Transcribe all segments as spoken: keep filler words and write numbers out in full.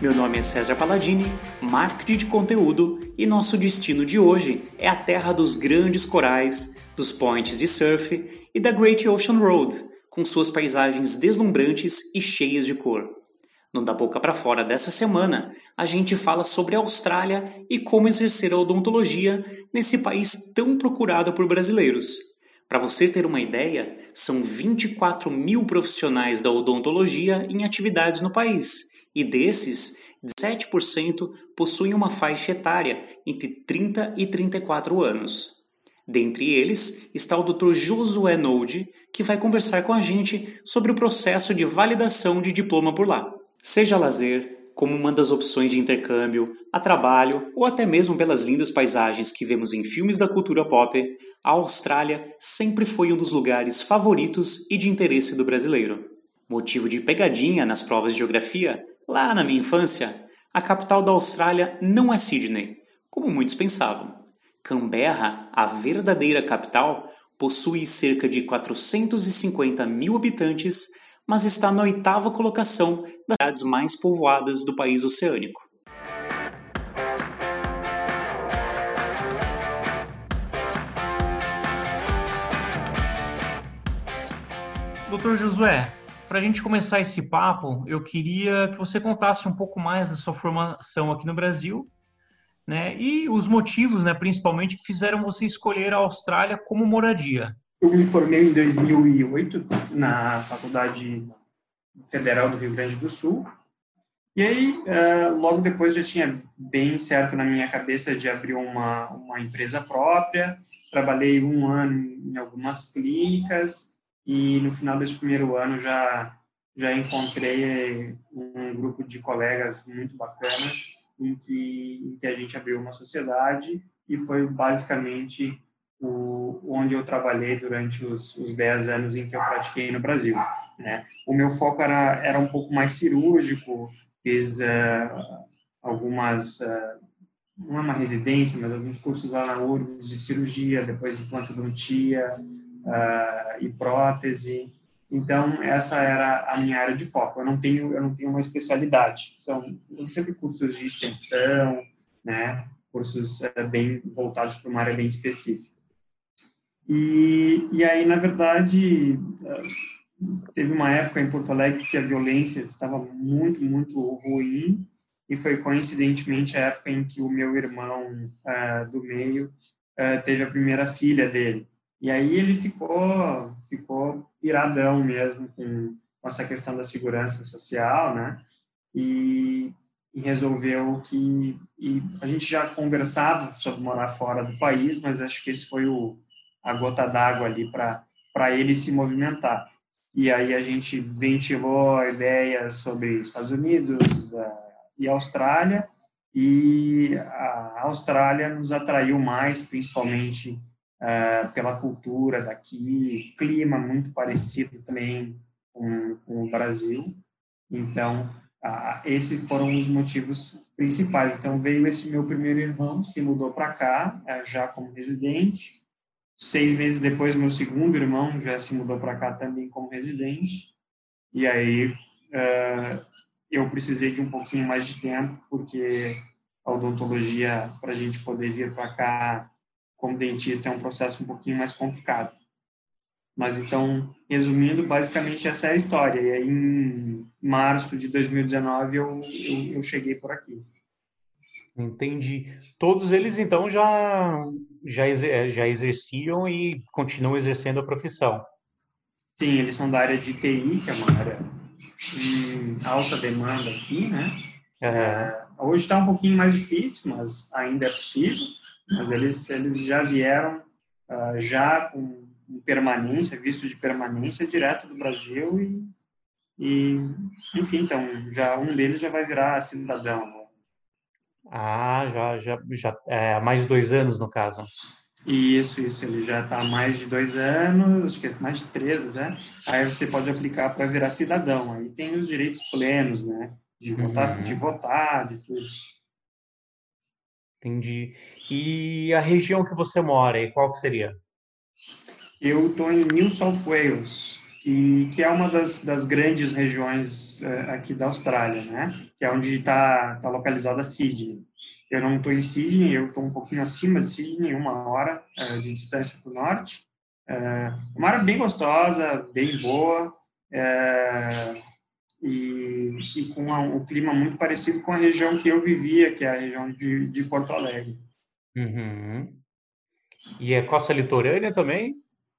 Meu nome é César Palladini, marketing de conteúdo, e nosso destino de hoje é a terra dos grandes corais, dos points de surf e da Great Ocean Road, com suas paisagens deslumbrantes e cheias de cor. No Da Boca para Fora dessa semana, a gente fala sobre a Austrália e como exercer a odontologia nesse país tão procurado por brasileiros. Para você ter uma ideia, são vinte e quatro mil profissionais da odontologia em atividades no país, e desses, dezessete por cento possuem uma faixa etária entre trinta e trinta e quatro anos. Dentre eles está o doutor Josué Noldi, que vai conversar com a gente sobre o processo de validação de diploma por lá. Seja a lazer, como uma das opções de intercâmbio, a trabalho ou até mesmo pelas lindas paisagens que vemos em filmes da cultura pop, a Austrália sempre foi um dos lugares favoritos e de interesse do brasileiro. Motivo de pegadinha nas provas de geografia, lá na minha infância, a capital da Austrália não é Sydney, como muitos pensavam. Canberra, a verdadeira capital, possui cerca de quatrocentos e cinquenta mil habitantes, mas está na oitava colocação das cidades mais povoadas do país oceânico. doutor Josué, para a gente começar esse papo, eu queria que você contasse um pouco mais da sua formação aqui no Brasil, né, e os motivos, né, principalmente, que fizeram você escolher a Austrália como moradia. Eu me formei em dois mil e oito na Faculdade Federal do Rio Grande do Sul. E aí, logo depois, já tinha bem certo na minha cabeça de abrir uma, uma empresa própria. Trabalhei um ano em algumas clínicas e no final desse primeiro ano já, já encontrei um grupo de colegas muito bacana em que, em que a gente abriu uma sociedade e foi basicamente o, onde eu trabalhei durante os, os dez anos em que eu pratiquei no Brasil, né? O meu foco era, era um pouco mais cirúrgico, fiz uh, algumas, uh, não é uma residência, mas alguns cursos lá na U R G S de cirurgia, depois implantodontia uh, e prótese. Então, essa era a minha área de foco. Eu não tenho, eu não tenho uma especialidade. São sempre cursos de extensão, né? Cursos uh, bem voltados para uma área bem específica. E, e aí, na verdade, teve uma época em Porto Alegre que a violência estava muito, muito ruim, e foi coincidentemente a época em que o meu irmão uh, do meio uh, teve a primeira filha dele. E aí ele ficou, ficou piradão mesmo com, com essa questão da segurança social, né? E, e resolveu que... E a gente já conversava sobre morar fora do país, mas acho que esse foi o a gota d'água ali para ele se movimentar. E aí a gente ventilou ideias sobre Estados Unidos uh, e Austrália, e a Austrália nos atraiu mais, principalmente uh, pela cultura daqui, clima muito parecido também com, com o Brasil. Então, uh, esses foram os motivos principais. Então, veio esse meu primeiro irmão, se mudou para cá, uh, já como residente. Seis meses depois, meu segundo irmão já se mudou para cá também como residente. E aí uh, eu precisei de um pouquinho mais de tempo, porque a odontologia, para a gente poder vir para cá como dentista, é um processo um pouquinho mais complicado. Mas então, resumindo, basicamente essa é a história. E aí, em março de dois mil e dezenove, eu, eu, eu cheguei por aqui. Entendi. Todos eles, então, já, já, exer- já exerciam e continuam exercendo a profissão. Sim, eles são da área de T I, que é uma área em alta demanda aqui, né? Uhum. É, hoje está um pouquinho mais difícil, mas ainda é possível. Mas eles, eles já vieram uh, já com permanência, visto de permanência, direto do Brasil e, e, enfim, então, já, um deles já vai virar cidadão, né? Ah, já, já, já, é, há mais de dois anos, no caso. Isso, isso, ele já está há mais de dois anos, acho que é mais de três, né? Aí você pode aplicar para virar cidadão. Aí tem os direitos plenos, né? De votar, Uhum. de votar, de tudo. Entendi. E a região que você mora, e qual que seria? Eu estou em New South Wales, e que é uma das, das grandes regiões uh, aqui da Austrália, né? Que é onde está tá localizada Sydney. Eu não estou em Sydney, eu estou um pouquinho acima de Sydney, uma hora uh, de distância para o norte. Uh, uma área bem gostosa, bem boa, uh, e, e com uma, um clima muito parecido com a região que eu vivia, que é a região de, de Porto Alegre. Uhum. E é costa litorânea também?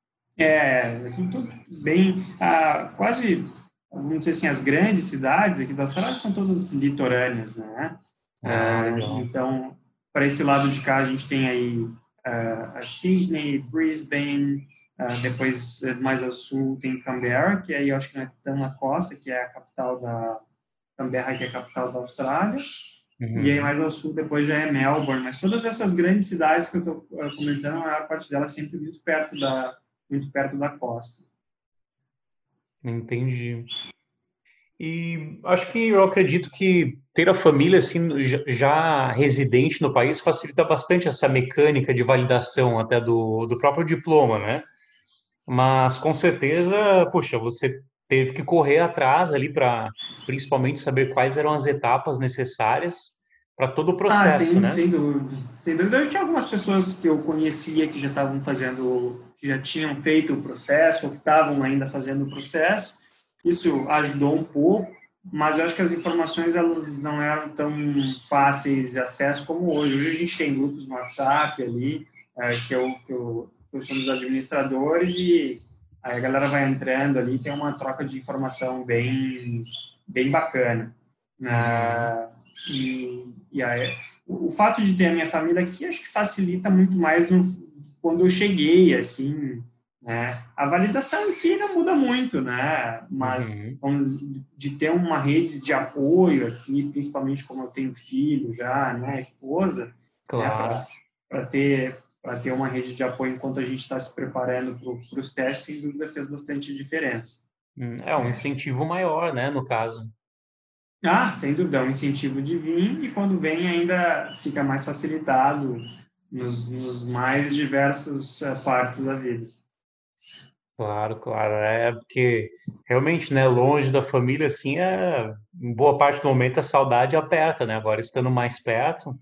É, tudo bem, ah, quase, vamos dizer assim, as grandes cidades aqui da Austrália são todas litorâneas, né? Ah, Ah, legal. então, para esse lado de cá, a gente tem aí ah, a Sydney, Brisbane, ah, depois, mais ao sul, tem Canberra, que aí eu acho que não é tão na costa, que é a capital da... Canberra, que é a capital da Austrália. Uhum. E aí, mais ao sul, depois já é Melbourne. Mas todas essas grandes cidades que eu estou comentando, a maior parte delas sempre muito perto da, muito perto da costa. Entendi. E acho que eu acredito que ter a família assim já, já residente no país facilita bastante essa mecânica de validação até do, do próprio diploma, né? Mas com certeza, puxa, você teve que correr atrás ali para principalmente saber quais eram as etapas necessárias para todo o Ah, processo, sim, né? sem dúvida. Sem dúvida. Eu tinha algumas pessoas que eu conhecia que já estavam fazendo, que já tinham feito o processo, ou que estavam ainda fazendo o processo. Isso ajudou um pouco, mas eu acho que as informações elas não eram tão fáceis de acesso como hoje. Hoje a gente tem grupos no WhatsApp ali, é, que, eu, que, eu, que eu sou um dos administradores, e aí a galera vai entrando ali, tem uma troca de informação bem, bem bacana. Né? E, e aí, o, o fato de ter a minha família aqui, acho que facilita muito mais no, quando eu cheguei, assim, né? A validação em si não muda muito, né? Mas Uhum. vamos, de ter uma rede de apoio aqui, principalmente como eu tenho filho já, né? Esposa, Claro. né? Para ter para ter uma rede de apoio enquanto a gente está se preparando para os testes, sem dúvida fez bastante diferença. Hum, É um incentivo maior, né, no caso. Ah, sem dúvida, é um incentivo de vir, e quando vem ainda fica mais facilitado nos, nos mais diversos uh, partes da vida. Claro, claro. É porque realmente, né, longe da família, assim, é, em boa parte do momento a saudade aperta, né? Agora, estando mais perto,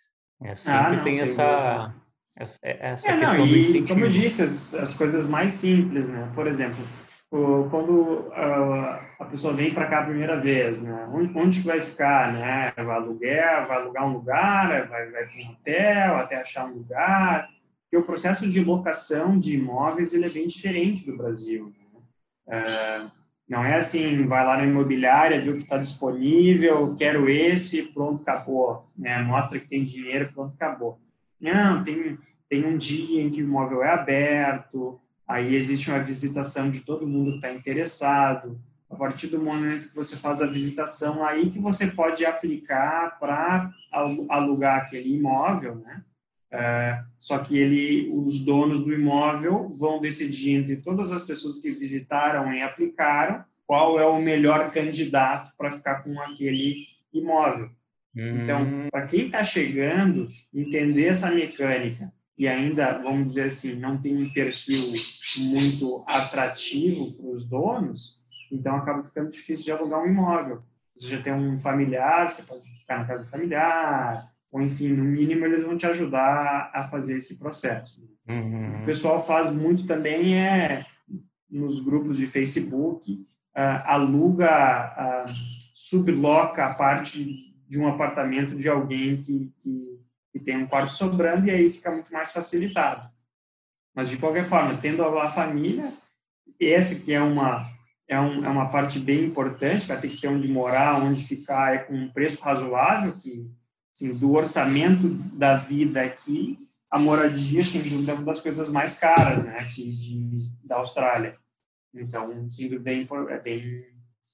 é, Ah, sempre não, tem sem dúvida. essa, essa, essa É, não, questão do e como eu incentivo. disse, as, as coisas mais simples, né? Por exemplo, o, quando uh, a pessoa vem para cá a primeira vez, né? Onde, onde que vai ficar, né? Vai alugar, vai alugar um lugar, vai, vai para um hotel até achar um lugar. Porque o processo de locação de imóveis ele é bem diferente do Brasil, né? Uh, não é assim, vai lá na imobiliária, viu que está disponível, quero esse, pronto, acabou. Né? Mostra que tem dinheiro, pronto, acabou. Não, tem tem um dia em que o imóvel é aberto, aí existe uma visitação de todo mundo que está interessado. A partir do momento que você faz a visitação, aí que você pode aplicar para alugar aquele imóvel, né? É, só que ele, os donos do imóvel vão decidir entre todas as pessoas que visitaram e aplicaram qual é o melhor candidato para ficar com aquele imóvel. Então, Hum, para quem está chegando, entender essa mecânica e ainda, vamos dizer assim, não tem um perfil muito atrativo para os donos, então acaba ficando difícil de alugar um imóvel. Você já tem um familiar, você pode ficar na casa do familiar, ou enfim, no mínimo eles vão te ajudar a fazer esse processo. O que o uhum. pessoal faz muito também é, nos grupos de Facebook, uh, aluga, uh, subloca a parte de um apartamento de alguém que, que, que tem um quarto sobrando, e aí fica muito mais facilitado. Mas, de qualquer forma, tendo a família, essa que é uma, é, um, é uma parte bem importante, vai ter que ter onde morar, onde ficar, é com um preço razoável, que, assim, do orçamento da vida aqui, a moradia, sem dúvida, é uma das coisas mais caras, né, aqui de, da Austrália. Então, sem dúvida, é, bem,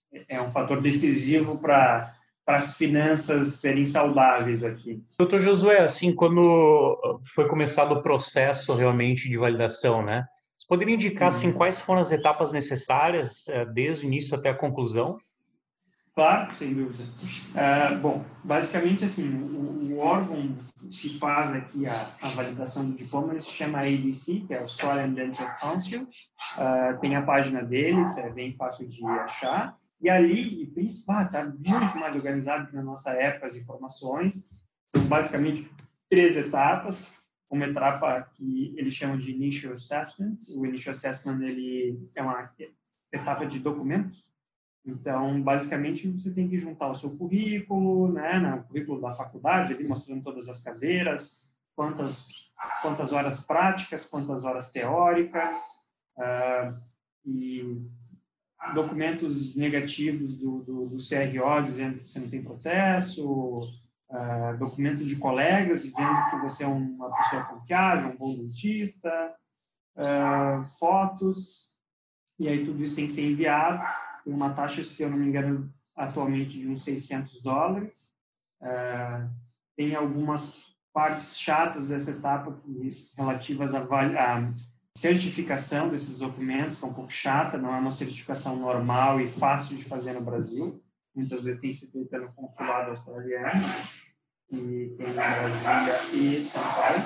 é um fator decisivo para para as finanças serem saudáveis aqui. Doutor Josué, assim, quando foi começado o processo realmente de validação, né? Você poderia indicar, assim, Uhum. quais foram as etapas necessárias, eh, desde o início até a conclusão? Claro, sem dúvida. Uh, bom, basicamente, assim, o, o órgão que faz aqui a, a validação do diploma, ele se chama A D C, que é o Australian Dental Council. Uh, tem a página deles, é bem fácil de achar. E ali, está ah, muito mais organizado que na nossa época as informações. São basicamente três etapas. Uma etapa que eles chamam de Initial Assessment. O Initial Assessment ele é uma etapa de documentos. Então, basicamente, você tem que juntar o seu currículo, né, o currículo da faculdade, ali, mostrando todas as cadeiras, quantas, quantas horas práticas, quantas horas teóricas, uh, e documentos negativos do, do, do C R O dizendo que você não tem processo, uh, documentos de colegas dizendo que você é uma pessoa confiável, um bom dentista, uh, fotos, e aí tudo isso tem que ser enviado. Tem uma taxa, se eu não me engano, atualmente de uns seiscentos dólares. Uh, tem algumas partes chatas dessa etapa relativas à, à certificação desses documentos, que é um pouco chata, não é uma certificação normal e fácil de fazer no Brasil. Muitas vezes tem que ser feita no consulado australiano, e tem em Brasília e São Paulo.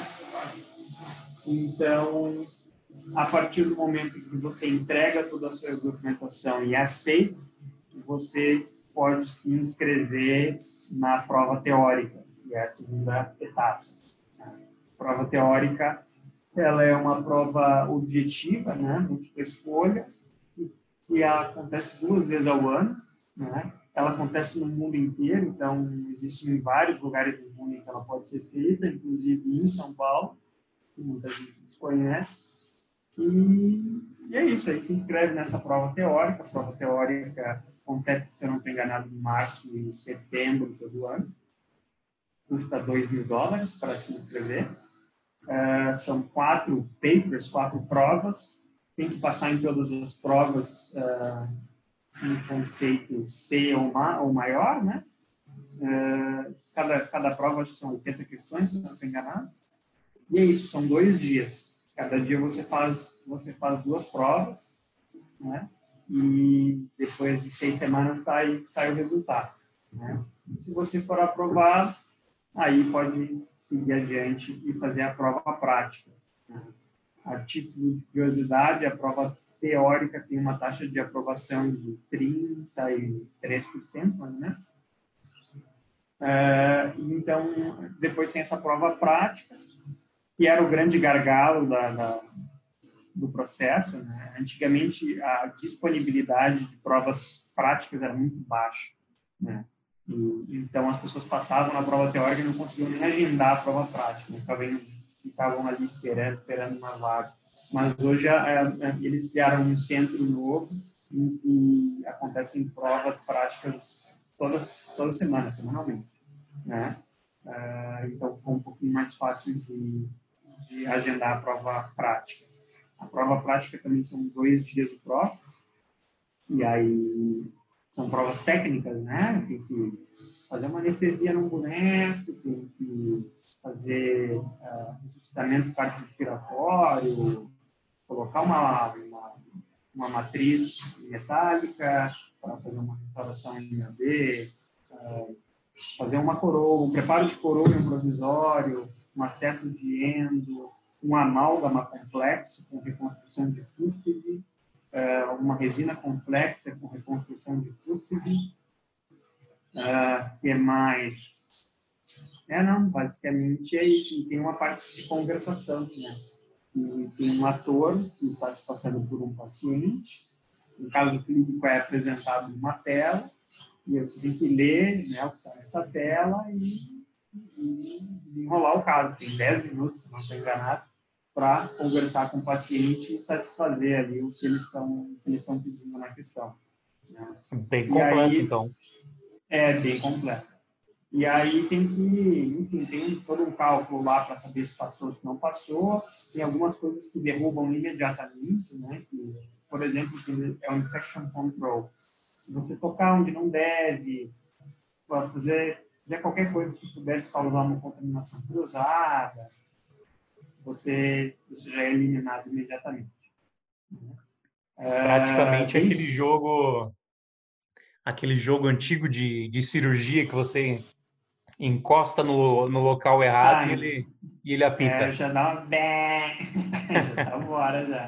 Então, a partir do momento que você entrega toda a sua documentação e aceita, você pode se inscrever na prova teórica, que é a segunda etapa. A prova teórica, ela é uma prova objetiva, né, múltipla escolha, que acontece duas vezes ao ano, né? Ela acontece no mundo inteiro, então existem vários lugares do mundo em que ela pode ser feita, inclusive em São Paulo, que muita gente desconhece. E, e é isso, aí se inscreve nessa prova teórica. A prova teórica acontece, se eu não estou enganado, em março e setembro todo ano. Custa dois mil dólares para se inscrever. Uh, são quatro papers, quatro provas. Tem que passar em todas as provas uh, no conceito C ou, ma ou maior, né? Uh, cada, cada prova, acho que são oitenta questões, se não estou enganado. E é isso, são dois dias. Cada dia você faz, você faz duas provas, né? E depois de seis semanas sai, sai o resultado, né? Se você for aprovado, aí pode seguir adiante e fazer a prova prática, né? A título de curiosidade, a prova teórica tem uma taxa de aprovação de trinta e três por cento, né? É, então, depois tem essa prova prática, que era o grande gargalo da, da, do processo, né? Antigamente, a disponibilidade de provas práticas era muito baixa, né? E, então, as pessoas passavam na prova teórica e não conseguiam nem agendar a prova prática, né? ficavam, ficavam ali esperando, esperando uma vaga. Mas hoje, é, é, eles criaram um centro novo em que acontecem provas práticas todas, toda semana, semanalmente, né? Uh, então, ficou um pouquinho mais fácil de de agendar a prova prática. A prova prática também são dois dias de prova, e aí são provas técnicas, né? Tem que fazer uma anestesia num boneco, tem que fazer uh, ressuscitamento cardiorrespiratório, colocar uma, uma, uma matriz metálica para fazer uma restauração em A B, uh, fazer uma coroa, um preparo de coroa em um provisório, um acesso de endo, um amálgama complexo com reconstrução de cúspide, uh, uma resina complexa com reconstrução de cúspide. Uh, que mais? É, não, basicamente é isso. E tem uma parte de conversação, né? E tem um ator que está se passando por um paciente. No caso clínico, é apresentado uma tela, e você tem que ler, né, o que está nessa tela e e desenrolar o caso. Tem dez minutos, se não estou enganado, para conversar com o paciente e satisfazer ali o que eles estão eles estão pedindo na questão, né? Bem completo, aí, então. É, bem completo. E aí tem que, enfim, tem todo um cálculo lá para saber se passou ou se não passou. Tem algumas coisas que derrubam imediatamente, né? Que, por exemplo, é o infection control. Se você tocar onde não deve, pode fazer fazer qualquer coisa que pudesse causar uma contaminação cruzada, você, você já é eliminado imediatamente. Praticamente é, aquele jogo aquele jogo antigo de, de cirurgia que você encosta no, no local errado Ah, e ele, e ele é, apita. já dá uma bem, já tá fora já.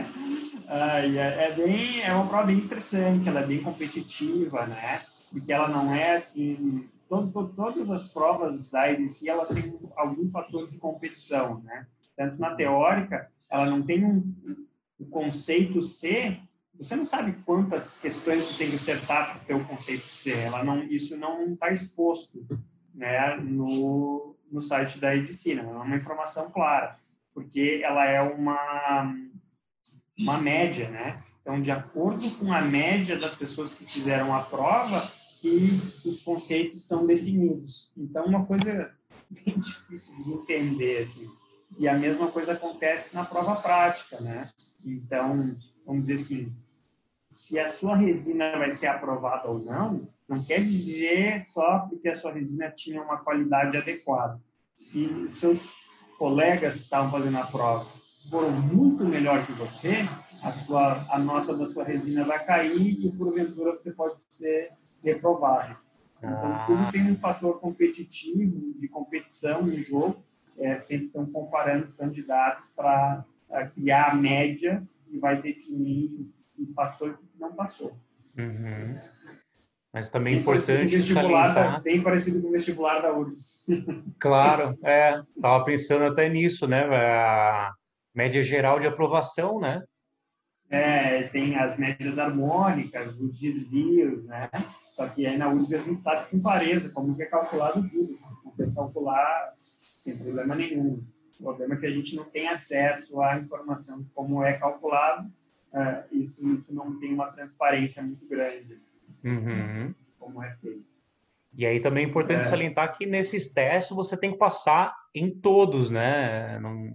Ai, é, é bem, é uma prova bem estressante, ela é bem competitiva, né? Porque ela não é assim, todo, todo, todas as provas da I D C, elas têm algum fator de competição, né? Tanto na teórica, ela não tem um, um conceito C, você não sabe quantas questões você tem que acertar para ter o conceito C, ela não, isso não está exposto, né, no, no site da I D C, não é uma informação clara, porque ela é uma uma média, né? Então, de acordo com a média das pessoas que fizeram a prova, que os conceitos são definidos. Então, uma coisa bem difícil de entender, assim. E a mesma coisa acontece na prova prática, né? Então, vamos dizer assim, se a sua resina vai ser aprovada ou não, não quer dizer só porque a sua resina tinha uma qualidade adequada. Se os seus colegas que estavam fazendo a prova foram muito melhor que você, a, sua, a nota da sua resina vai cair e, porventura, você pode ser reprovado. Então, tudo Ah, tem um fator competitivo, de competição no jogo. É, sempre estão comparando os candidatos para criar a média e vai definir o que passou e o que não passou. uhum. Mas também é Bem parecido com o importante vestibular da, salientar, bem parecido com o vestibular da U R G S. claro, é, estava pensando até nisso, né? A média geral de aprovação, né? É, tem as médias harmônicas, os desvios, né? Só que aí na U R G S a gente sabe com clareza como que é calculado tudo. Não tem que calcular sem problema nenhum. O problema é que a gente não tem acesso à informação de como é calculado. Uh, isso, isso não tem uma transparência muito grande, Uhum. como é feito. E aí também é importante É, salientar que nesses testes você tem que passar em todos, né? Não...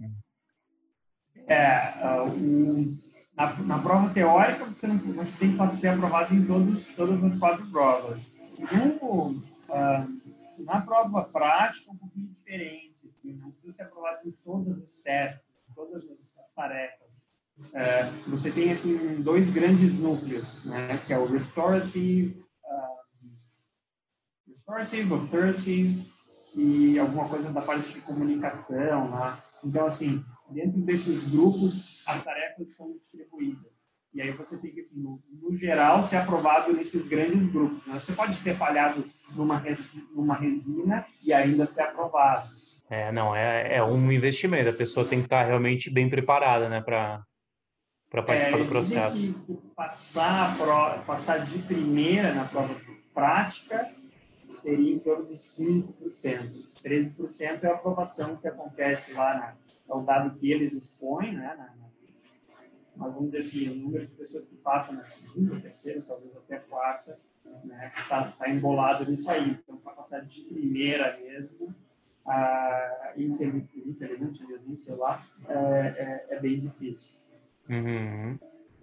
é, uh, o, na, na prova teórica, você, não, você tem que ser aprovado em todos, todas as quatro provas. No, uh, na prova prática, é um pouquinho diferente. Assim, não precisa ser aprovado em todos os testes, todas as tarefas. É, você tem assim, dois grandes núcleos, né, que é o restorative, uh, restorative, authoritative e alguma coisa da parte de comunicação. Né? Então, assim, dentro desses grupos, as tarefas são distribuídas. E aí você tem que, assim, no, no geral, ser aprovado nesses grandes grupos. Né? Você pode ter falhado numa, res, numa resina e ainda ser aprovado. É, não, é, é um investimento. A pessoa tem que estar realmente bem preparada, né, para para participar É, do dizem processo. que passar, pro, passar de primeira na prova prática seria em torno de cinco por cento. treze por cento é a aprovação que acontece lá, na, é o dado que eles expõem, né, na, na, mas vamos dizer assim, o número de pessoas que passam na segunda, terceira, talvez até quarta, né, está tá embolado nisso aí. Então, para passar de primeira mesmo, ah, infelizmente, infelizmente, sei lá, é, é, é bem difícil. Uhum.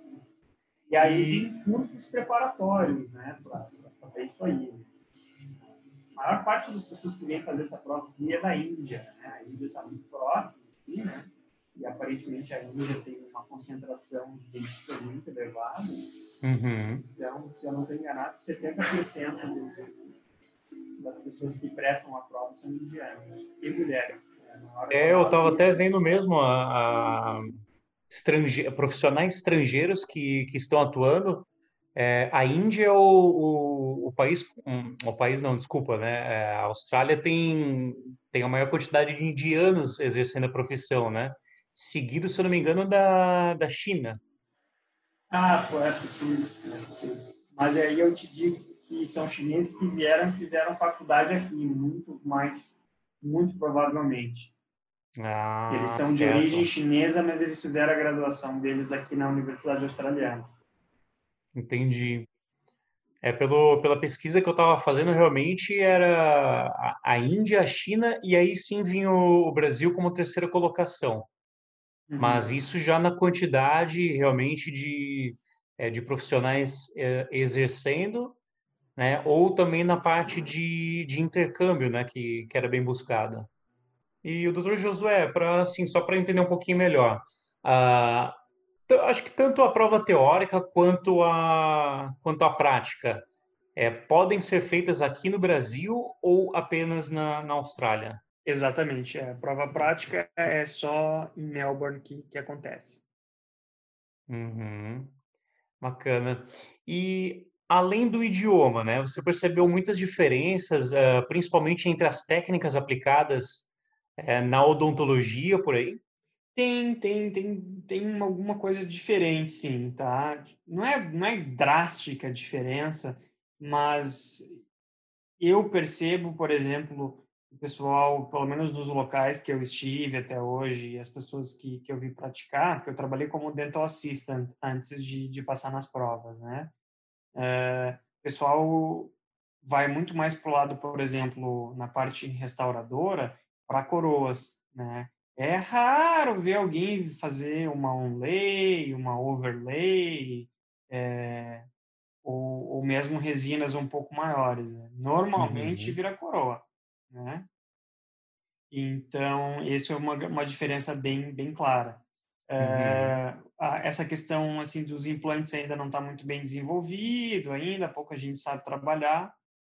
E aí E tem cursos preparatórios, né, para fazer isso aí. A maior parte das pessoas que vêm fazer essa prova aqui é da Índia, né? A Índia está muito próxima aqui, né? E aparentemente a Índia tem uma concentração de dentistas muito elevada. uhum. Então, se eu não estou enganado, setenta por cento das pessoas que prestam a prova são indianos e mulheres. Né? Na hora que eu É, eu falo estava até isso, vendo mesmo a, a estrange... profissionais estrangeiros que, que estão atuando. É, a Índia é o, o, o país, um, o país não, desculpa, né? É, a Austrália tem, tem a maior quantidade de indianos exercendo a profissão, né? Seguido, se eu não me engano, da, da China. ah, pô, é possível, é possível. Mas aí eu te digo que são chineses que vieram e fizeram faculdade aqui, muito mais, muito provavelmente. Eles Ah, são de origem certo. chinesa, mas eles fizeram a graduação deles aqui na Universidade Australiana. Entendi. É pelo, pela pesquisa que eu estava fazendo, realmente era a, a Índia, a China, e aí sim vinha o, o Brasil como terceira colocação. Mas Uhum. isso já na quantidade realmente de, é, de profissionais é, exercendo, né? Ou também na parte de, de intercâmbio, né? Que, que era bem buscada. E o doutor Josué, para assim, só para entender um pouquinho melhor, ah, t- acho que tanto a prova teórica quanto a, quanto a prática é, podem ser feitas aqui no Brasil ou apenas na, na Austrália? Exatamente. É. A prova prática é só em Melbourne que, que acontece. Uhum, bacana. E além do idioma, né, você percebeu muitas diferenças, ah, principalmente entre as técnicas aplicadas, eh, na odontologia por aí? Tem, tem, tem, tem uma- alguma coisa diferente, sim, tá? Não é, não é drástica a diferença, mas eu percebo, por exemplo, o pessoal, pelo menos nos locais que eu estive até hoje, as pessoas que, que eu vi praticar, porque eu trabalhei como dental assistant antes de, de passar nas provas, né? É, o pessoal vai muito mais para o lado, por exemplo, na parte restauradora, para coroas, né? É raro ver alguém fazer uma onlay, uma overlay, é, ou, ou mesmo resinas um pouco maiores. Né? Normalmente Uhum, vira coroa, né? Então, isso é uma, uma diferença bem, bem clara. uhum, É, a- essa questão assim dos implantes ainda não está muito bem desenvolvido ainda, pouca gente sabe trabalhar.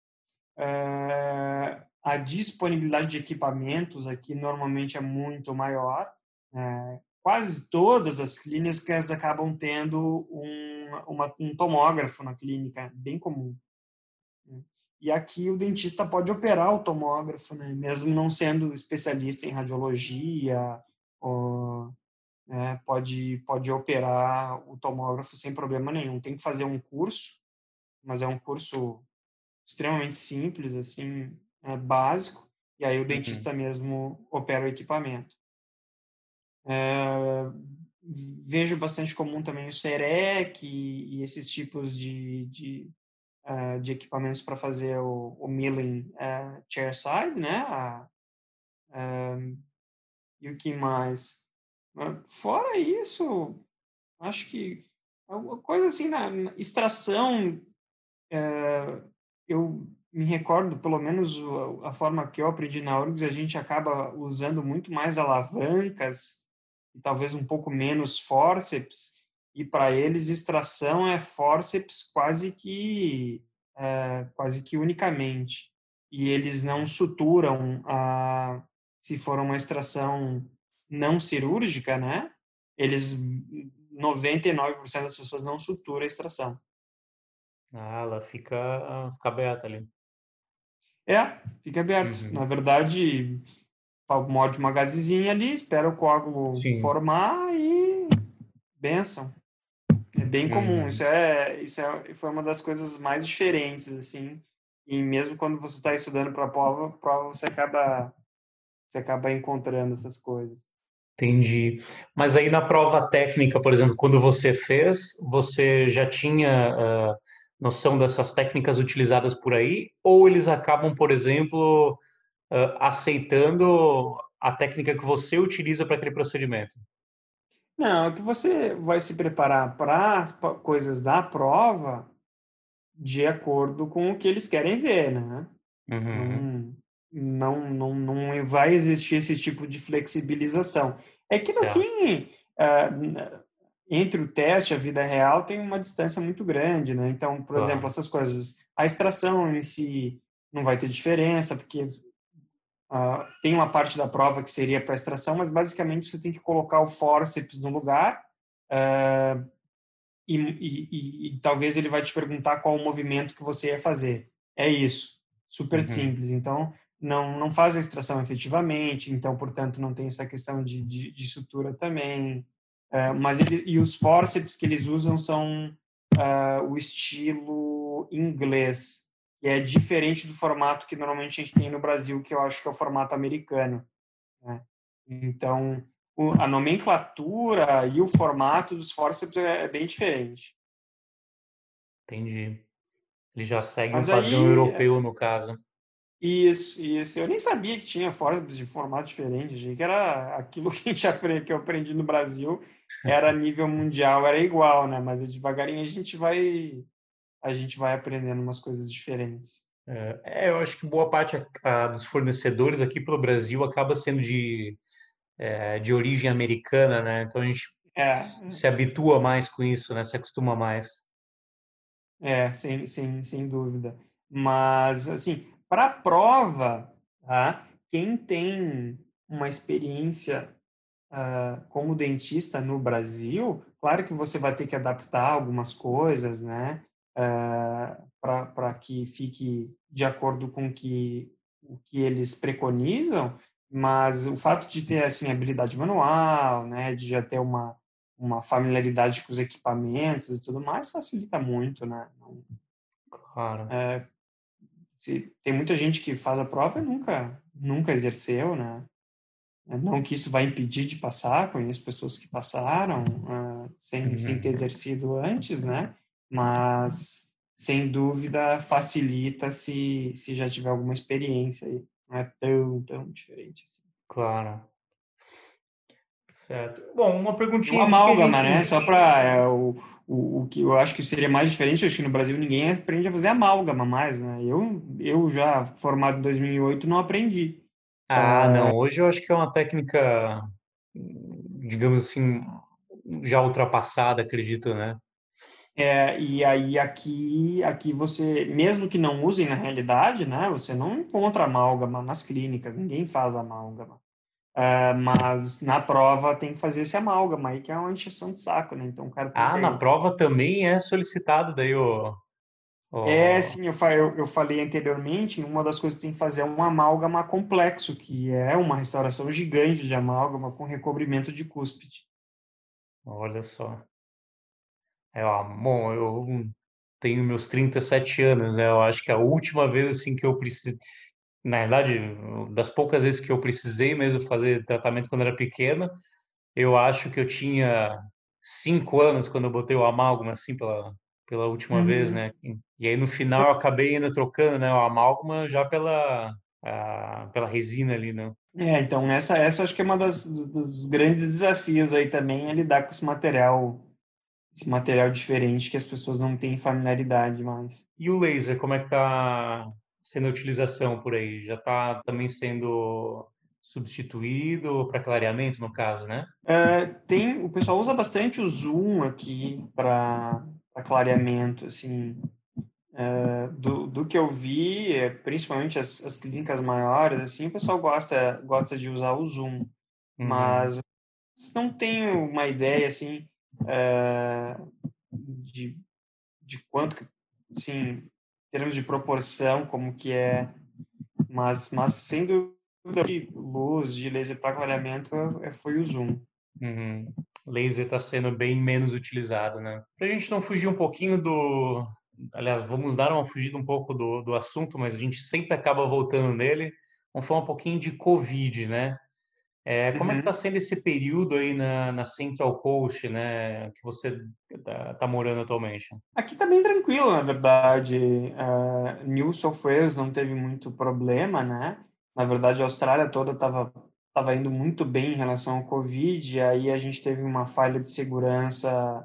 É, a disponibilidade de equipamentos aqui normalmente é muito maior. É, quase todas as clínicas acabam tendo um, uma, um tomógrafo na clínica, bem comum. Né? E aqui o dentista pode operar o tomógrafo, né? Mesmo não sendo especialista em radiologia, ou, né, pode, pode operar o tomógrafo sem problema nenhum. Tem que fazer um curso, mas é um curso extremamente simples, assim, é, básico, e aí o uhum. dentista mesmo opera o equipamento. É, vejo bastante comum também o SEREC e, e esses tipos de, de, uh, de equipamentos para fazer o, o milling uh, chairside, né? A, um, e o que mais? Fora isso, acho que alguma coisa assim na, na extração, é, eu me recordo, pelo menos a forma que eu aprendi na Orgs, a gente acaba usando muito mais alavancas e talvez um pouco menos forceps, e para eles extração é forceps quase que é, quase que unicamente. E eles não suturam, a, se for uma extração não cirúrgica, né? Eles, noventa e nove por cento das pessoas não sutura a extração. Ah, ela fica, fica aberta ali. É, fica aberto. Na Uhum, verdade, morde uma gazezinha ali, espera o coágulo sim. formar e benção. É bem comum. Isso Uhum. é, isso é, foi uma das coisas mais diferentes, assim. E mesmo quando você está estudando para a prova, prova você acaba, você acaba encontrando essas coisas. Entendi. Mas aí na prova técnica, por exemplo, quando você fez, você já tinha ah, noção dessas técnicas utilizadas por aí? Ou eles acabam, por exemplo, ah, aceitando a técnica que você utiliza para aquele procedimento? Não, é que você vai se preparar para as coisas da prova de acordo com o que eles querem ver, né? Uhum, Não, não, não, não vai existir esse tipo de flexibilização. É que, no certo. fim, ah, entre o teste e a vida real tem uma distância muito grande, né? Então, por exemplo, Claro. essas coisas, a extração em si não vai ter diferença, porque ah, tem uma parte da prova que seria para extração, mas basicamente você tem que colocar o fórceps no lugar, ah, e, e, e, e talvez ele vai te perguntar qual o movimento que você ia fazer. É isso. Super Uhum, simples. Então, não, não faz a extração efetivamente, então, portanto, não tem essa questão de, de, de sutura também. É, mas ele, e os fórceps que eles usam são uh, o estilo inglês, que é diferente do formato que normalmente a gente tem no Brasil, que eu acho que é o formato americano. Né? Então, o, a nomenclatura e o formato dos fórceps é, é bem diferente. entendi. Ele já segue um Mas padrão aí, europeu, no caso. isso, isso. Eu nem sabia que tinha fórceps de formato diferente. Achei que era aquilo que, a gente aprende, que eu aprendi no Brasil, era nível mundial, era igual, né? Mas devagarinho a gente vai, a gente vai aprendendo umas coisas diferentes. É, eu acho que boa parte ah, dos fornecedores aqui pelo Brasil acaba sendo de, é, de origem americana, né? Então a gente É, se habitua mais com isso, né? Se acostuma mais. É, sem, sem, sem dúvida. Mas, assim, para a prova, tá? Quem tem uma experiência ah, como dentista no Brasil, claro que você vai ter que adaptar algumas coisas, né? Para que fique de acordo com que, o que eles preconizam, mas o fato de ter, assim, habilidade manual, né? De já ter uma, uma familiaridade com os equipamentos e tudo mais, facilita muito, né? Claro. Se, tem muita gente que faz a prova e nunca, nunca exerceu, né? Não que isso vai impedir de passar, conheço pessoas que passaram uh, sem, sem ter Uhum. exercido antes, né? Mas, sem dúvida, facilita se, se já tiver alguma experiência aí. Não é tão, tão diferente assim. Claro. Certo. Bom, uma E o perguntinha aqui que a amálgama, gente. né? Só para é, o, o, o que eu acho que seria mais diferente, acho que no Brasil ninguém aprende a fazer amálgama mais, né? Eu, eu já formado em dois mil e oito não aprendi. Ah, não. Hoje eu acho que é uma técnica, digamos assim, já ultrapassada, acredito, né? É, e aí aqui, aqui você, mesmo que não usem na realidade, né, você não encontra amálgama nas clínicas, ninguém faz amálgama. É, mas na prova tem que fazer esse amálgama aí, que é uma encheção de saco, né? Então o cara tem Ah, que na ir. prova também é solicitado daí o, É, o... sim, eu, fa- eu, eu falei anteriormente, uma das coisas que tem que fazer é um amálgama complexo, que é uma restauração gigante de amálgama com recobrimento de cúspide. Olha só. É, ó, bom, eu tenho meus trinta e sete anos, né? Eu acho que a última vez assim que eu precisei, na verdade, das poucas vezes que eu precisei mesmo fazer tratamento quando era pequena, eu acho que eu tinha cinco anos quando eu botei o amálgama assim pela pela última vez, Uhum. né? E aí no final eu acabei ainda trocando, né, o amálgama já pela a, pela resina ali, né? É, então essa, essa acho que é uma das, dos grandes desafios aí também, é lidar com esse material esse material diferente que as pessoas não têm familiaridade mais. E o laser, como é que tá sendo a utilização por aí? Já está também sendo substituído para clareamento, no caso, né? Uh, tem, o pessoal usa bastante o zoom aqui para clareamento, assim, uh, do, do que eu vi, é, principalmente as, as clínicas maiores, assim, o pessoal gosta, gosta de usar o zoom, Uhum, mas não tenho uma ideia, assim, uh, de, de quanto, que, assim, em termos de proporção, como que é. Mas, mas sem dúvida, de luz, de laser para clareamento, é- foi o zoom. uhum. Laser está sendo bem menos utilizado, né? Para a gente não fugir um pouquinho do... Aliás, vamos dar uma fugida um pouco do, do assunto, mas a gente sempre acaba voltando nele. Vamos falar um pouquinho de Covid, né? É, como é que Uhum. está sendo esse período aí na, na Central Coast, né? Que você está tá morando atualmente? Aqui tá bem tranquilo, na verdade. Uh, New South Wales não teve muito problema, né? Na verdade, a Austrália toda estava tava indo muito bem em relação ao Covid, e aí a gente teve uma falha de segurança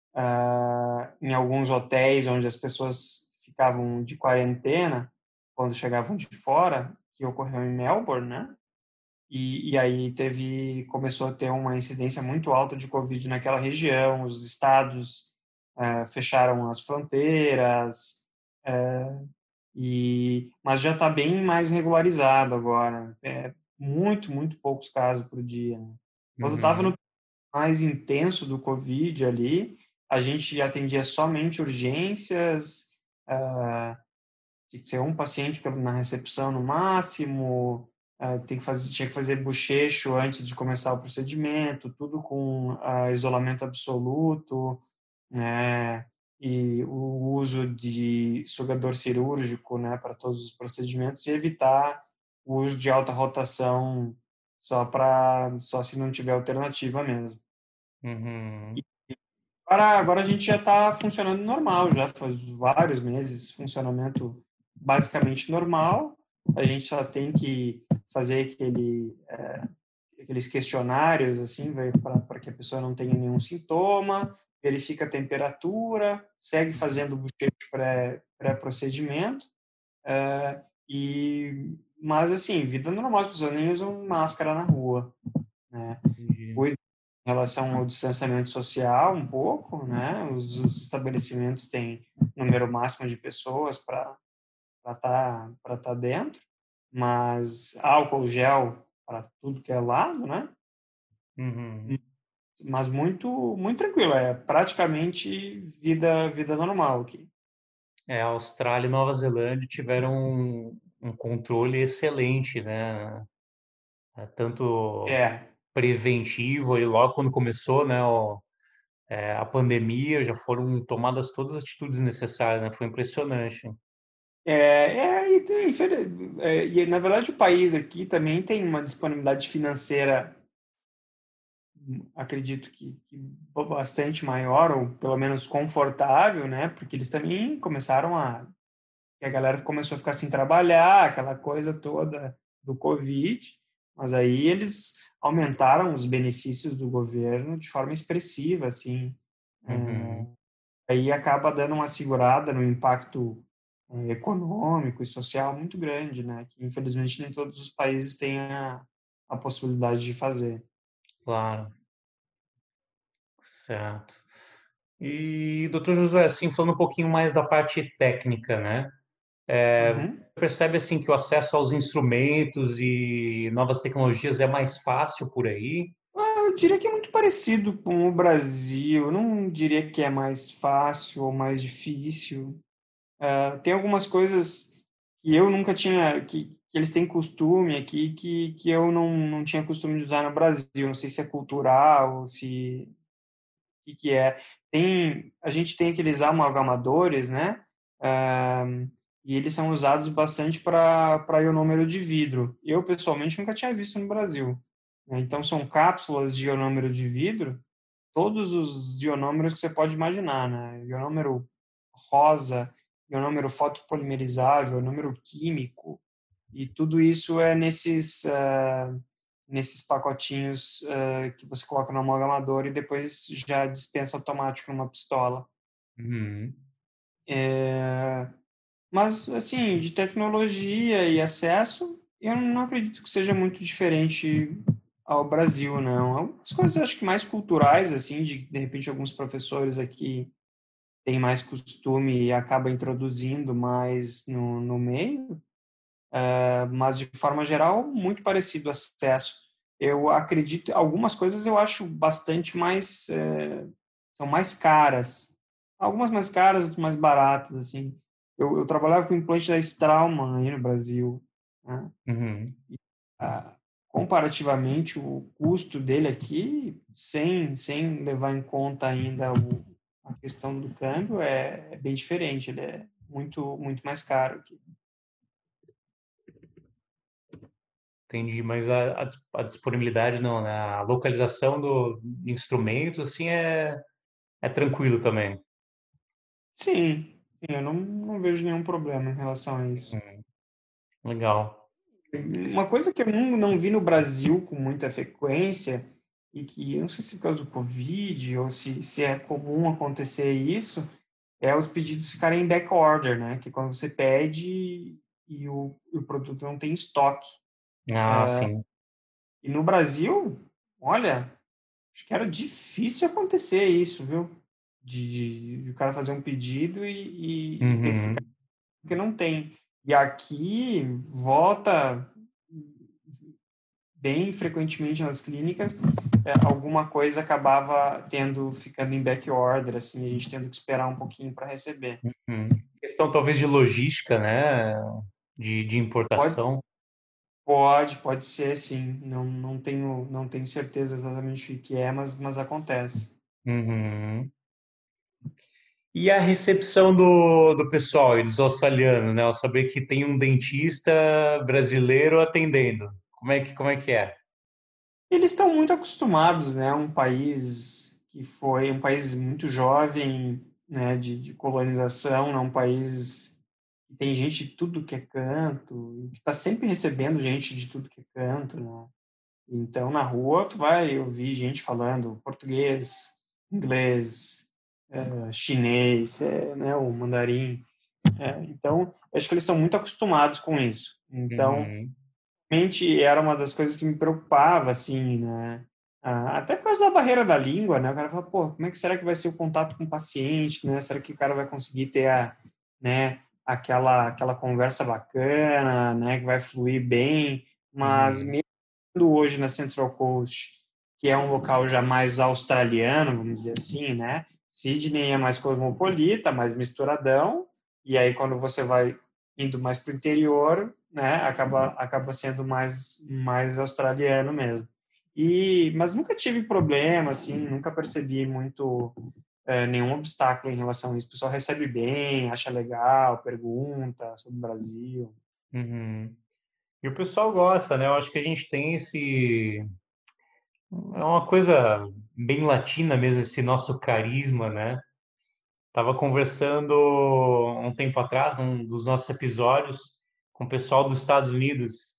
uh, em alguns hotéis onde as pessoas ficavam de quarentena quando chegavam de fora, que ocorreu em Melbourne, né? E, e aí teve, começou a ter uma incidência muito alta de Covid naquela região, os estados eh, fecharam as fronteiras, eh, e, mas já está bem mais regularizado agora, é, muito, muito poucos casos por dia, né? Quando estava no Uhum, mais intenso do Covid ali, a gente atendia somente urgências, ah, tinha que ser um paciente na recepção no máximo, uh, tem que fazer, tinha que fazer bochecho antes de começar o procedimento, tudo com uh, isolamento absoluto, né? E o uso de sugador cirúrgico, né, para todos os procedimentos, e evitar o uso de alta rotação só para só se não tiver alternativa mesmo. uhum, Agora, agora a gente já está funcionando normal, já faz vários meses, funcionamento basicamente normal. A gente só tem que fazer aquele, é, aqueles questionários assim, para que a pessoa não tenha nenhum sintoma, verifica a temperatura, segue fazendo o bochecho pré, pré-procedimento. É, e, mas assim, vida normal, as pessoas nem usam máscara na rua, né? entendi. Cuida em relação ao distanciamento social um pouco, né? Os, os estabelecimentos têm número máximo de pessoas para para estar para estar dentro, mas álcool gel para tudo que é lado, né? Uhum. Mas muito muito tranquilo, é praticamente vida vida normal aqui. É, a Austrália e Nova Zelândia tiveram um, um controle excelente, né? É, tanto É, preventivo, e logo quando começou, né, o, é, a pandemia, já foram tomadas todas as atitudes necessárias, né? Foi impressionante. é, é, e tem, infeliz- é, e na verdade o país aqui também tem uma disponibilidade financeira, acredito que, que bastante maior, ou pelo menos confortável, né? Porque eles também começaram a, que a galera começou a ficar sem trabalhar, aquela coisa toda do Covid, mas aí eles aumentaram os benefícios do governo de forma expressiva, assim. Uhum. Aí acaba dando uma segurada no impacto eh, econômico e social muito grande, né? Que infelizmente nem todos os países têm a, a possibilidade de fazer. Claro, certo. E, doutor Josué, assim, falando um pouquinho mais da parte técnica, né? Uhum. Percebe assim que o acesso aos instrumentos e novas tecnologias é mais fácil por aí? Eu diria que é muito parecido com o Brasil. Eu não diria que é mais fácil ou mais difícil. Ah, tem algumas coisas que eu nunca tinha, que, que eles têm costume aqui, que, que eu não, não tinha costume de usar no Brasil. Não sei se é cultural, se o que, que é. Tem, a gente tem aqueles amalgamadores, né? Ah, e eles são usados bastante para para ionômero de vidro. Eu, pessoalmente, nunca tinha visto no Brasil. Né? Então, são cápsulas de ionômero de vidro, todos os ionômeros que você pode imaginar, né? Ionômero rosa, ionômero fotopolimerizável, ionômero químico, e tudo isso é nesses, uh, nesses pacotinhos uh, que você coloca no amalgamador e depois já dispensa automático numa pistola. Uhum. É, mas, assim, de tecnologia e acesso, eu não acredito que seja muito diferente ao Brasil, não. Algumas coisas acho que mais culturais, assim, de de repente alguns professores aqui têm mais costume e acabam introduzindo mais no, no meio, mas de forma geral, muito parecido o acesso. Eu acredito, algumas coisas eu acho bastante mais, é, são mais caras. Algumas mais caras, outras mais baratas, assim. Eu, eu trabalhava com implante da Straumann aí no Brasil, né? Uhum. Ah, comparativamente, o custo dele aqui, sem, sem levar em conta ainda o, a questão do câmbio, é, é bem diferente. Ele é muito, muito mais caro aqui. Entendi, mas a, a, a disponibilidade não, né? A localização do instrumento, assim, é, é tranquilo também. Sim, eu não, não vejo nenhum problema em relação a isso. Uhum. Legal. Uma coisa que eu não, não vi no Brasil com muita frequência, e que eu não sei se é por causa do Covid ou se, se é comum acontecer isso, é os pedidos ficarem em back order, né? Que é quando você pede e o, e o produto não tem estoque. Ah, sim. E no Brasil, olha, acho que era difícil acontecer isso, viu? De, de, de o cara fazer um pedido e, e, e ter que ficar, Uhum. porque não tem. E aqui volta bem frequentemente nas clínicas, é, alguma coisa acabava tendo, ficando em back order, assim, a gente tendo que esperar um pouquinho para receber. Uhum. Questão talvez de logística, né? De, de Pode, importação. pode, pode ser, sim. Não, não tenho, não tenho certeza exatamente o que é, mas, mas acontece. Uhum. E a recepção do, do pessoal e dos australianos, né? Ao saber que tem um dentista brasileiro atendendo. Como é que, como é que é? Eles estão muito acostumados, né? Um país que foi um país muito jovem, né? De, de colonização, né? Um país que tem gente de tudo que é canto, que está sempre recebendo gente de tudo que é canto, né? Então, na rua, tu vai ouvir gente falando português, inglês, eh, chinês, eh, né? O mandarim. Eh, então, acho que eles são muito acostumados com isso. Então, Uhum. realmente era uma das coisas que me preocupava, assim, né? Ah, até por causa da barreira da língua, né? O cara fala, pô, como é que será que vai ser o contato com o paciente, né? Será que o cara vai conseguir ter a, né, aquela, aquela conversa bacana, né? Que vai fluir bem. Mas Uhum. mesmo hoje na Central Coast, que é um local já mais australiano, vamos dizer assim, né? Sydney é mais cosmopolita, mais misturadão. E aí, quando você vai indo mais para o interior, né? Acaba, acaba sendo mais, mais australiano mesmo. E, mas nunca tive problema, assim, nunca percebi muito é, nenhum obstáculo em relação a isso. O pessoal recebe bem, acha legal, pergunta sobre o Brasil. Uhum. E o pessoal gosta, né? Eu acho que a gente tem esse. É uma coisa bem latina mesmo, esse nosso carisma, né? Tava conversando um tempo atrás, num dos nossos episódios, com o pessoal dos Estados Unidos.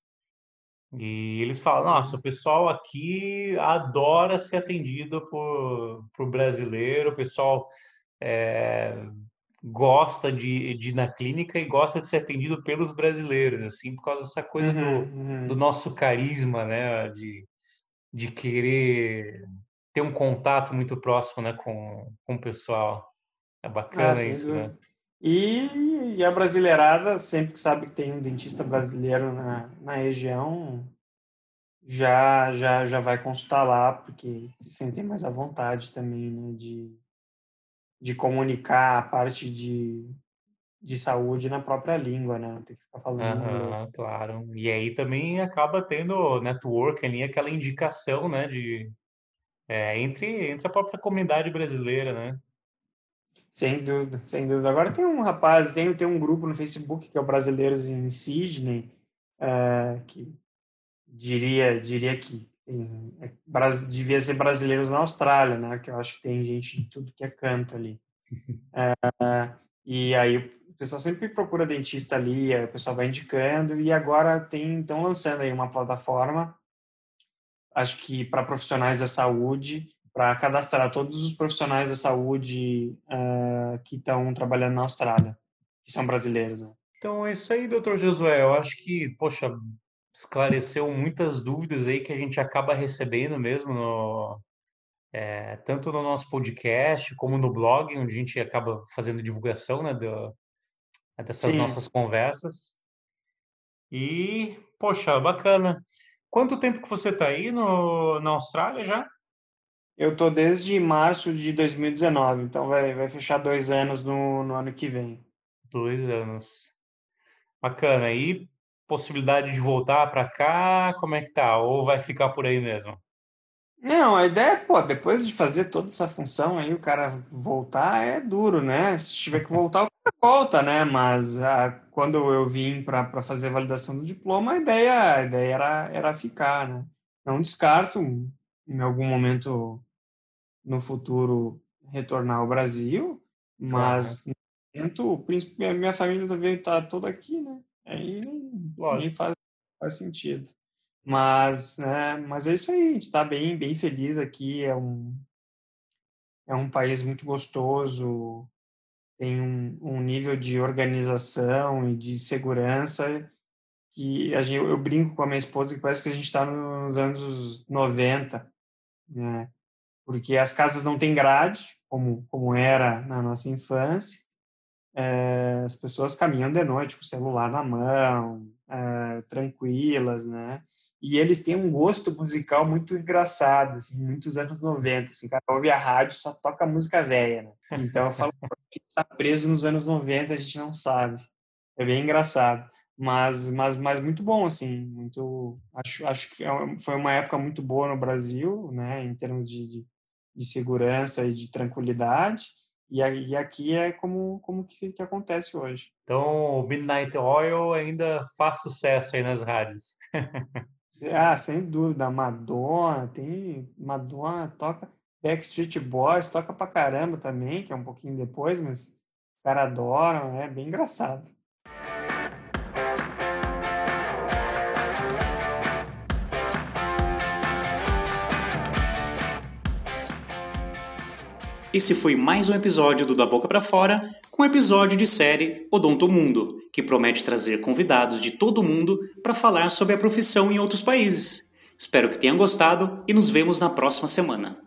E eles falam, nossa, o pessoal aqui adora ser atendido por, por brasileiro, o pessoal é, gosta de, de ir na clínica e gosta de ser atendido pelos brasileiros, assim, por causa dessa coisa do, Uhum, do uhum. nosso carisma, né? De, de querer ter um contato muito próximo, né, com, com o pessoal. É Ah, bacana sem isso, né? dúvida. E, e a brasileirada, sempre que sabe que tem um dentista brasileiro na, na região, já, já, já vai consultar lá, porque se sentem mais à vontade também, né, de, de comunicar a parte de, de saúde na própria língua, né, não tem que ficar falando em inglês. Aham, claro. E aí também acaba tendo network ali, aquela indicação, né, de, é, entre, entre a própria comunidade brasileira, né? Sem dúvida, sem dúvida. Agora tem um rapaz, tem, tem um grupo no Facebook que é o Brasileiros em Sydney, eh, que diria, diria que tem, é, bras- devia ser brasileiros na Austrália, né? Que eu acho que tem gente de tudo que é canto ali. E aí o pessoal sempre procura dentista ali, aí o pessoal vai indicando, e agora tem, estão lançando aí uma plataforma, acho que para profissionais da saúde, para cadastrar todos os profissionais da saúde uh, que estão trabalhando na Austrália, que são brasileiros, né? Então é isso aí, doutor Josué. Eu acho que, poxa, esclareceu muitas dúvidas aí que a gente acaba recebendo mesmo, no, é, tanto no nosso podcast como no blog, onde a gente acaba fazendo divulgação, né, do- dessas Sim, nossas conversas. E, poxa, bacana. Quanto tempo que você está aí no, na Austrália já? eu tô desde março de dois mil e dezenove, então vai, vai fechar dois anos no, no ano que vem. Dois anos. Bacana. E possibilidade de voltar para cá, como é que tá? Ou vai ficar por aí mesmo? Não, a ideia é, pô, depois de fazer toda essa função aí, o cara voltar é duro, né? Se tiver que voltar, o cara volta, né? Mas ah, quando eu vim para fazer a validação do diploma, a ideia, a ideia era, era ficar, né? Não descarto em algum momento no futuro retornar ao Brasil, Claro, mas no momento, o príncipe, a minha família também está toda aqui, né? Aí nem, nem lógico. faz, faz sentido. Mas, né, mas é isso aí, a gente está bem, bem feliz aqui, é um, é um país muito gostoso, tem um, um nível de organização e de segurança que a gente, eu brinco com a minha esposa que parece que a gente está nos anos noventa, né? Porque as casas não têm grade, como, como era na nossa infância, as pessoas caminham de noite com o celular na mão, é, tranquilas, né? E eles têm um gosto musical muito engraçado, assim, muitos anos noventa, assim, cara ouve a rádio, só toca música velha, né? Então eu falo, a gente tá preso nos anos noventa, a gente não sabe. É bem engraçado, mas mas mas muito bom, assim, muito acho acho que foi uma época muito boa no Brasil, né, em termos de, de, de segurança e de tranquilidade. E, e aqui é como, como que, que acontece hoje. Então, o Midnight Oil ainda faz sucesso aí nas rádios. Ah, sem dúvida, Madonna, tem Madonna toca, Backstreet Boys toca pra caramba também, que é um pouquinho depois, mas os caras adoram, é bem engraçado. Esse foi mais um episódio do Da Boca Pra Fora, com um episódio de série Odonto Mundo, que promete trazer convidados de todo mundo para falar sobre a profissão em outros países. Espero que tenham gostado e nos vemos na próxima semana.